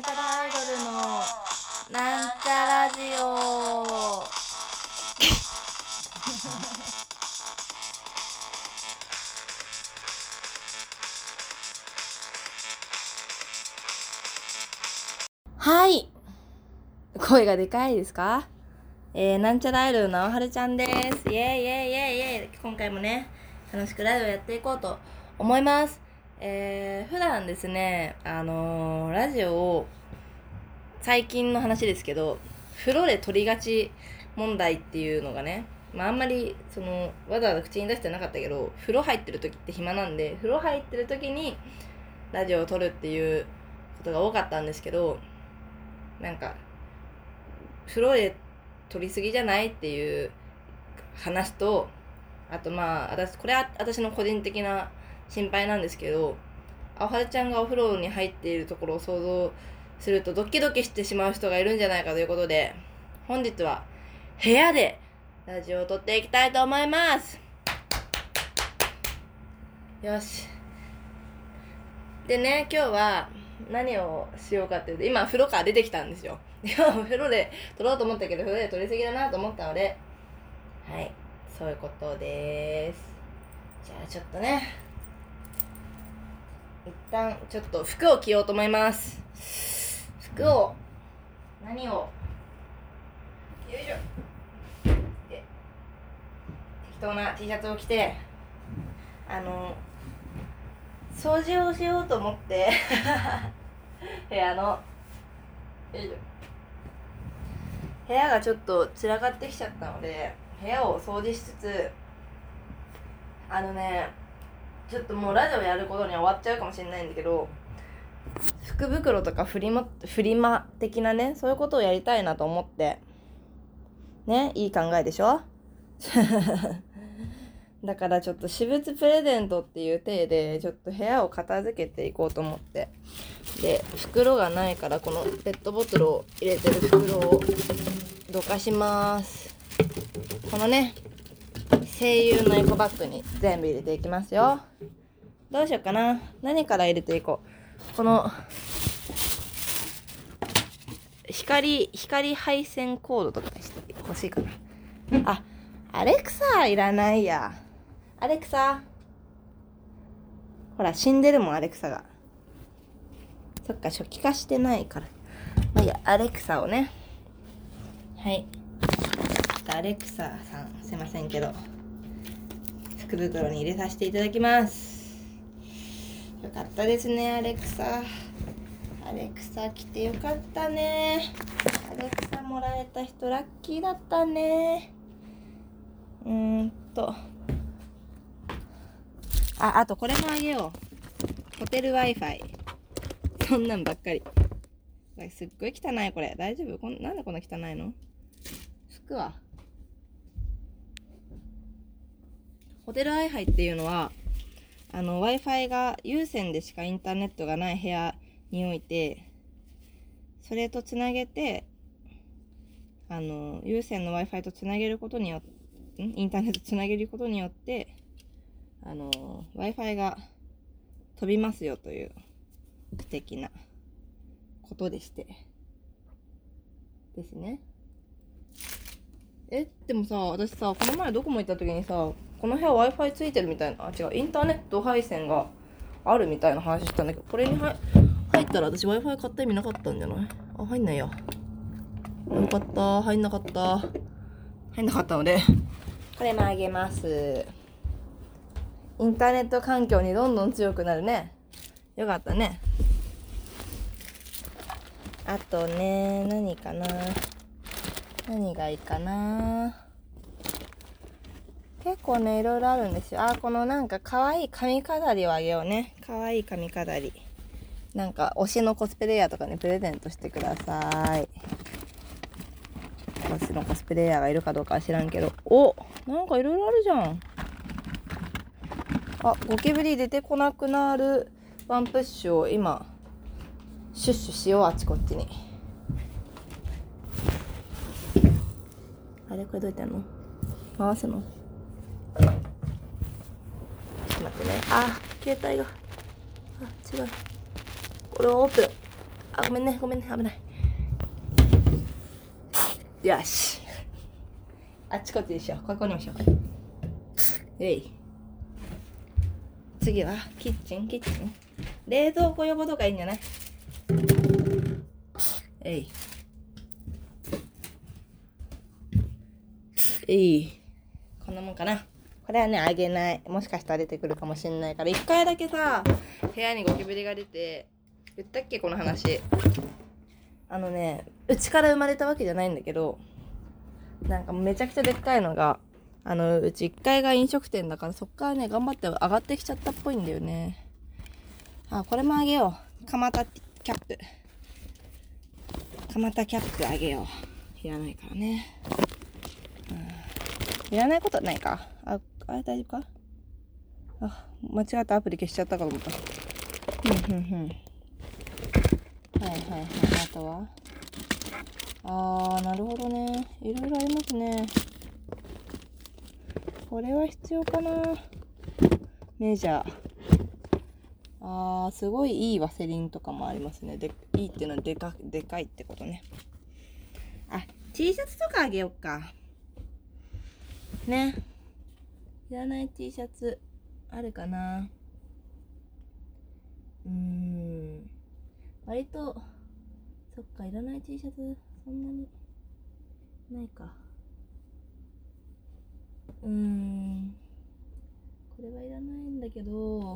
なんちゃらアイドルのなんちゃラジオ。はい、声がでかいですか？なんちゃらアイドルのあおはるちゃんです。イエイイエイイエイイエイ。今回もね、楽しくラジオやっていこうと思います。普段ですね、ラジオを最近の話ですけど、風呂で撮りがち問題っていうのがね、あんまりわざわざ口に出してなかったけど、風呂入ってる時って暇なんで、風呂入ってる時にラジオを撮るっていうことが多かったんですけど、なんか風呂で撮りすぎじゃないっていう話と、あとこれは私の個人的な心配なんですけど、あはるちゃんがお風呂に入っているところを想像するとドキドキしてしまう人がいるんじゃないかということで、本日は部屋でラジオを撮っていきたいと思います。よし。でね、今日は何をしようかっていうと、今風呂から出てきたんですよ。今風呂で撮ろうと思ったけど、風呂で撮りすぎだなと思ったので、はい、そういうことです。じゃあちょっとね、一旦ちょっと服を着ようと思います。何を、よいしょ。で、適当な T シャツを着て、掃除をしようと思って部屋の、よいしょ。部屋がちょっと散らかってきちゃったので、部屋を掃除しつつ、ちょっともうラジオやることには終わっちゃうかもしれないんだけど、福袋とかフリマ的なね、そういうことをやりたいなと思ってね、いい考えでしょだからちょっと私物プレゼントっていう体でちょっと部屋を片付けていこうと思って、で袋がないからこのペットボトルを入れてる袋をどかします。このね、声優のエコバッグに全部入れていきますよ。どうしようかな、何から入れていこう。この光配線コードとかして欲しいかな。アレクサいらないや。アレクサ、ほら死んでるもん、アレクサが。そっか、初期化してないから。いや、アレクサをね、はい、アレクサさん、すいませんけど福袋に入れさせていただきます。よかったですね、アレクサ来てよかったね。アレクサもらえた人ラッキーだったね。あとこれもあげよう。ホテル Wi-Fi。そんなんばっかり。すっごい汚いこれ。大丈夫？なんでこんな汚いの？服は。ホテル Wi-Fi っていうのは、Wi-Fi が有線でしかインターネットがない部屋において、それとつなげて、有線の Wi-Fi とつなげることによって、インターネットつなげることによって、Wi-Fi が飛びますよという素敵なことでしてですね。でもさ、私さ、この前ドコモ行った時にさ、この部屋 Wi-Fi ついてるみたいな、違う、インターネット配線があるみたいな話したんだけど、これに入ったら私 Wi-Fi 買った意味なかったんじゃない？入んないや。よかった、入んなかったので、これもあげます。インターネット環境にどんどん強くなるね。よかったね。あとね、何がいいかな。結構ね、いろいろあるんですよ。このなんか可愛い髪飾りをあげようね。可愛い髪飾り。なんか推しのコスプレイヤーとかにプレゼントしてください。推しのコスプレイヤーがいるかどうかは知らんけど。なんかいろいろあるじゃん。ゴキブリ出てこなくなるワンプッシュを今シュッシュしよう。あっちこっちに。あれ、これどうやってやんの？回すの？ちょっと待ってね。携帯が違う。これをオープン。 あ、ごめんね、危ない。よし。あっちこっちにしよう。ここにもしよう。次はキッチン。冷蔵庫呼ぶとかいいんじゃない？こんなもんかな。これはね、あげない。もしかしたら出てくるかもしんないから、一回だけさ、部屋にゴキブリが出て、言ったっけこの話。うちから生まれたわけじゃないんだけど、なんかめちゃくちゃでっかいのが、うち1階が飲食店だから、そっからね、頑張って上がってきちゃったっぽいんだよね。あ、これもあげよう。蒲田キャップあげよう。いらないからね。いらないことはないか。あれ大丈夫か？あ、間違ったアプリ消しちゃったかと思った。あとはなるほどね。いろいろありますね。これは必要かな。メジャー。すごいいいワセリンとかもありますね。いいっていうのはでかいってことね。T シャツとかあげようか。ね。いらない T シャツあるかな。割と、そっか、いらない T シャツそんなにないか。これはいらないんだけど、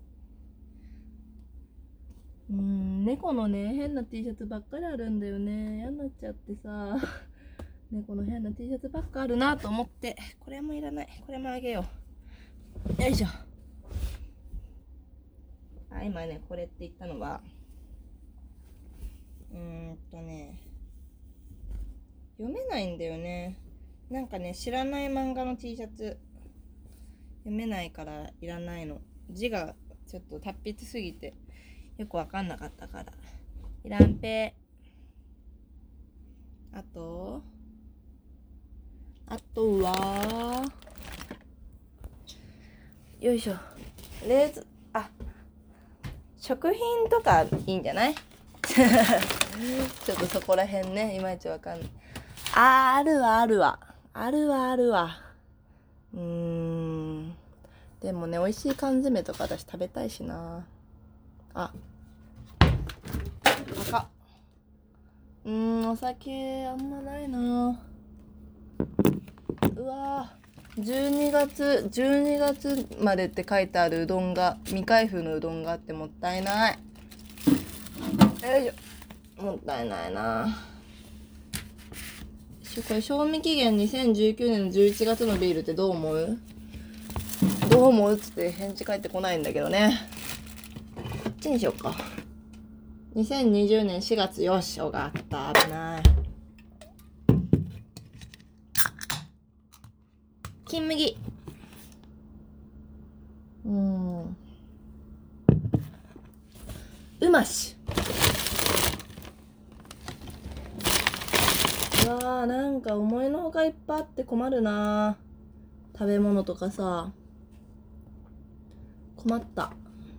猫のね、変な T シャツばっかりあるんだよね。嫌になっちゃってさ、猫の変な T シャツばっかあるなと思って、これもいらない。これもあげよう。よいしょ。今ね、これって言ったのは、読めないんだよね。なんかね、知らない漫画の T シャツ読めないからいらないの。字がちょっと達筆すぎてよくわかんなかったからいらんぺ。あとはよいしょ。食品とかいいんじゃない？ちょっとそこら辺ね、いまいちわかんない。あるわ。でもね、美味しい缶詰とか私食べたいしな。高っ。お酒あんまないな。うわ12月までって書いてあるうどんが、未開封のうどんがあってもったいない。よいしょ。もったいないな。これ賞味期限2019年の11月のビールってどう思うっつって返事返ってこないんだけどね。こっちにしようか。2020年4月。よし、おがあった。危ない。金麦。うまし。なんか思いのほかいっぱいあって困るな。食べ物とかさ、困った。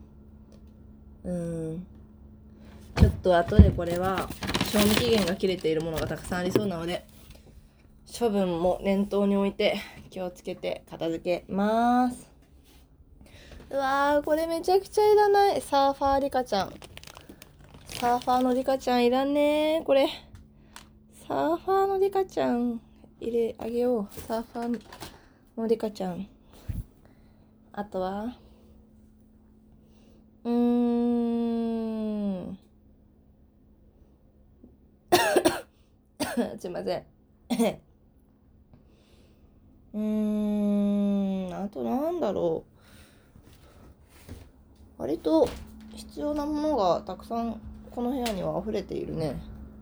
ちょっと後でこれは賞味期限が切れているものがたくさんありそうなので、処分も念頭に置いて気をつけて片付けます。これめちゃくちゃいらない。サーファーリカちゃん。サーファーのリカちゃんいらねえ。これサーファーのリカちゃん入れあげよう。サーファーのリカちゃん。あとはすいません。あとなんだろう。割と必要なものがたくさんこの部屋には溢れているね。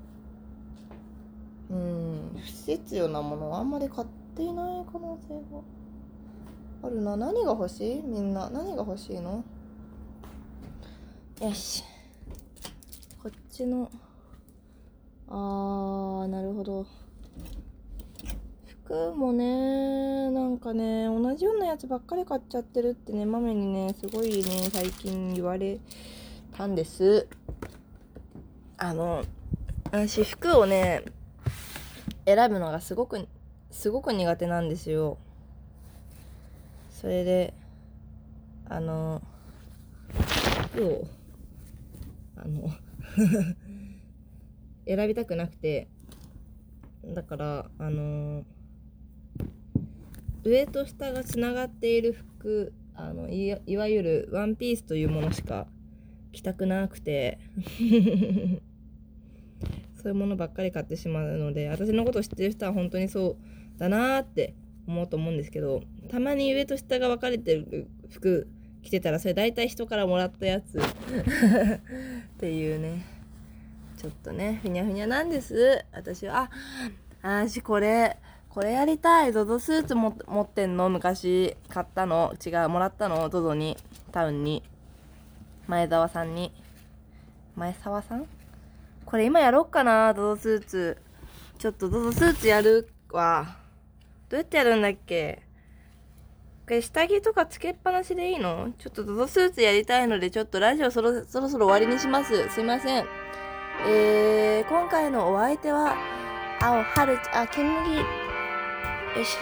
不必要なものはあんまり買っていない可能性があるな。何が欲しい？みんな何が欲しいの？よし、こっちのなるほど。服もね、なんかね、同じようなやつばっかり買っちゃってるってね、マメにね、すごいね、最近言われたんです。 私服をね選ぶのがすごく苦手なんですよ。それで服を選びたくなくて、だから上と下がつながっている服、いわゆるワンピースというものしか着たくなくてそういうものばっかり買ってしまうので、私のこと知ってる人は本当にそうだなーって思うと思うんですけど、たまに上と下が分かれてる服着てたら、それ大体人からもらったやつっていうね、ちょっとねふにゃふにゃなんです。私は私これやりたい。ZOZO スーツ持ってんの。昔買ったの。違う、もらったの。ZOZO に、タウンに、前澤さんに。前澤さん、これ今やろっかな。ZOZO スーツちょっと ZOZO スーツやるわ。どうやってやるんだっけ。これ下着とかつけっぱなしでいいの。ちょっと ZOZO スーツやりたいので、ちょっとラジオそろそろ終わりにします。すいません。今回のお相手は金麦、よし。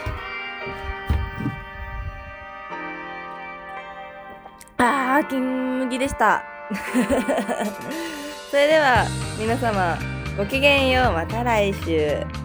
金麦でした。それでは皆様ごきげんよう。また来週。